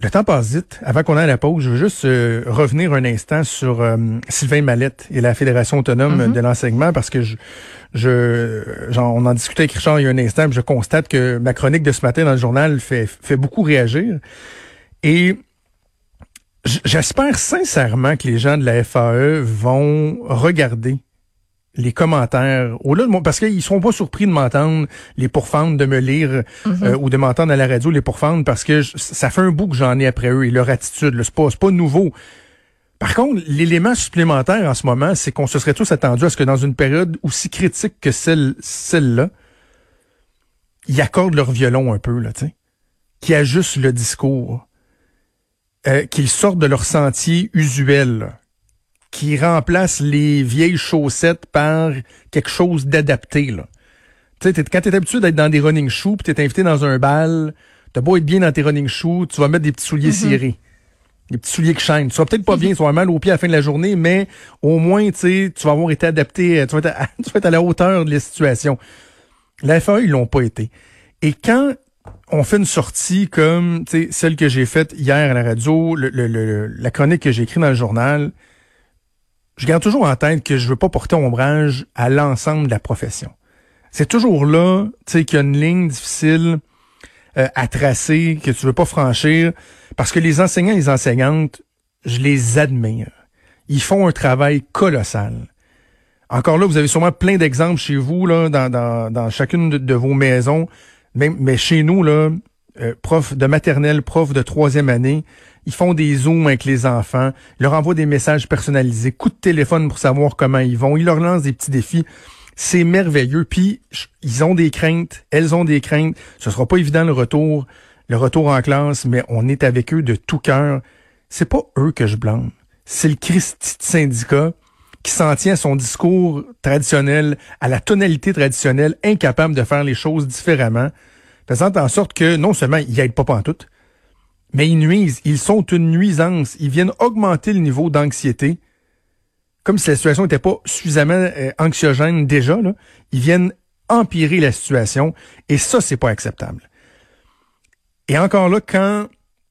Le temps passe vite. Avant qu'on aille à la pause, je veux juste revenir un instant sur Sylvain Mallette et la Fédération autonome de l'enseignement, parce que on en discutait avec Richard il y a un instant, puis je constate que ma chronique de ce matin dans le journal fait beaucoup réagir. Et j'espère sincèrement que les gens de la FAE vont regarder les commentaires, au-delà de moi, parce qu'ils seront pas surpris de m'entendre les pourfendre, de me lire ou de m'entendre à la radio les pourfendre, parce que ça fait un bout que j'en ai après eux et leur attitude. Là, c'est pas nouveau. Par contre, l'élément supplémentaire en ce moment, c'est qu'on se serait tous attendus à ce que dans une période aussi critique que celle-là, ils accordent leur violon un peu, là, tu sais, qu'ils ajustent le discours, qu'ils sortent de leur sentier usuel, là, qui remplace les vieilles chaussettes par quelque chose d'adapté, là. Tu sais, quand t'es habitué d'être dans des running shoes, pis t'es invité dans un bal, t'as beau être bien dans tes running shoes, tu vas mettre des petits souliers cirés. Des petits souliers qui chaînent. Tu vas peut-être pas bien, tu vas avoir mal aux pieds à la fin de la journée, mais au moins, tu sais, tu vas avoir été adapté, tu vas être à la hauteur de la situation. La FAE, ils l'ont pas été. Et quand on fait une sortie comme, tu sais, celle que j'ai faite hier à la radio, la chronique que j'ai écrite dans le journal, je garde toujours en tête que je veux pas porter ombrage à l'ensemble de la profession. C'est toujours là, tu sais, qu'il y a une ligne difficile à tracer, que tu veux pas franchir, parce que les enseignants et les enseignantes, je les admire. Ils font un travail colossal. Encore là, vous avez sûrement plein d'exemples chez vous, là, dans chacune de vos maisons, mais chez nous, là, profs de maternelle, profs de 3e année, ils font des zooms avec les enfants, ils leur envoient des messages personnalisés, coups de téléphone pour savoir comment ils vont, ils leur lancent des petits défis. C'est merveilleux. Puis, ils ont des craintes, elles ont des craintes. Ce sera pas évident le retour en classe, mais on est avec eux de tout cœur. C'est pas eux que je blâme. C'est le Christi de syndicat qui s'en tient à son discours traditionnel, à la tonalité traditionnelle, incapable de faire les choses différemment, faisant en sorte que non seulement ils aident pas pantoute, mais ils nuisent. Ils sont une nuisance. Ils viennent augmenter le niveau d'anxiété. Comme si la situation n'était pas suffisamment anxiogène déjà, là. Ils viennent empirer la situation. Et ça, c'est pas acceptable. Et encore là, quand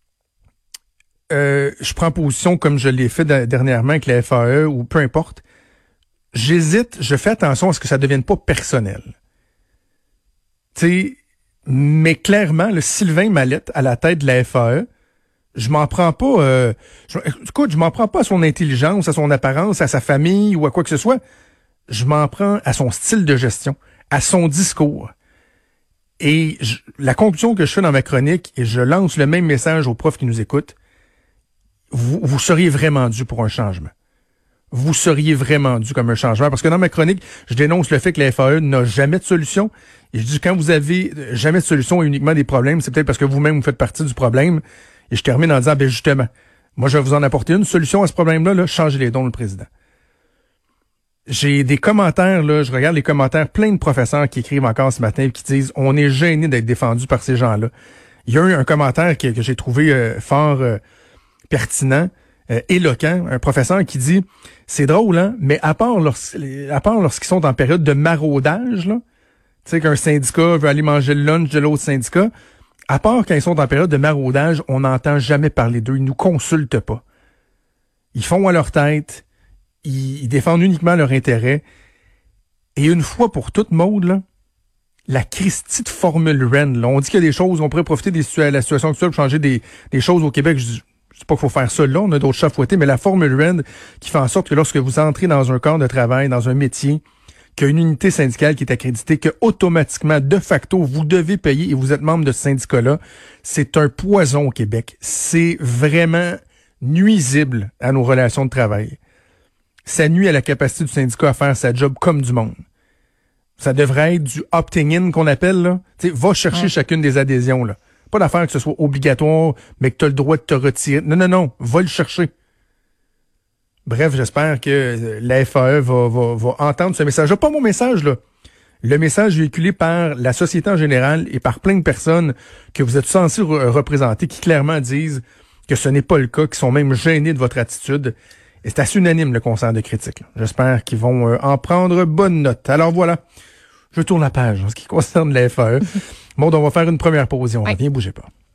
je prends position comme je l'ai fait dernièrement avec la FAE ou peu importe, j'hésite, je fais attention à ce que ça ne devienne pas personnel. Tu sais, mais clairement, le Sylvain Mallette à la tête de la FAE, je m'en prends pas. Je m'en prends pas à son intelligence, à son apparence, à sa famille ou à quoi que ce soit. Je m'en prends à son style de gestion, à son discours. Et la conclusion que je fais dans ma chronique, et je lance le même message aux profs qui nous écoutent, vous seriez vraiment dû pour un changement. Vous seriez vraiment dû comme un changement. Parce que dans ma chronique, je dénonce le fait que la FAE n'a jamais de solution. Et je dis, quand vous avez jamais de solution et uniquement des problèmes, c'est peut-être parce que vous-même vous faites partie du problème. Et je termine en disant, ben justement, moi je vais vous en apporter une solution à ce problème-là, là, changez les dons le président. J'ai des commentaires, là, je regarde les commentaires, plein de professeurs qui écrivent encore ce matin et qui disent, on est gêné d'être défendu par ces gens-là. Il y a eu un commentaire que j'ai trouvé fort pertinent, éloquent, un professeur qui dit, c'est drôle, hein, mais à part lorsqu'ils sont en période de maraudage, là, tu sais qu'un syndicat veut aller manger le lunch de l'autre syndicat, à part quand ils sont en période de maraudage, on n'entend jamais parler d'eux. Ils nous consultent pas. Ils font à leur tête. Ils défendent uniquement leur intérêt. Et une fois pour toutes, Maude, là, la Christie de Formule Rennes, là, on dit qu'il y a des choses, on pourrait profiter de la situation actuelle pour changer des choses au Québec. Je dis pas qu'il faut faire ça là, on a d'autres chats à fouetter, mais la Formule Rennes qui fait en sorte que lorsque vous entrez dans un corps de travail, dans un métier, qu'il y a une unité syndicale qui est accréditée, que automatiquement, de facto, vous devez payer et vous êtes membre de ce syndicat-là, c'est un poison au Québec. C'est vraiment nuisible à nos relations de travail. Ça nuit à la capacité du syndicat à faire sa job comme du monde. Ça devrait être du opting-in qu'on appelle, là. Tu sais, va chercher chacune des adhésions, là. Pas d'affaire que ce soit obligatoire, mais que tu as le droit de te retirer. Non, va le chercher. Bref, j'espère que la FAE va entendre ce message. Pas mon message, là. Le message véhiculé par la société en général et par plein de personnes que vous êtes censés représenter qui clairement disent que ce n'est pas le cas, qui sont même gênés de votre attitude. Et c'est assez unanime, le concert de critiques. J'espère qu'ils vont en prendre bonne note. Alors voilà, je tourne la page en ce qui concerne la FAE. Bon, on va faire une première pause et on revient, bougez pas.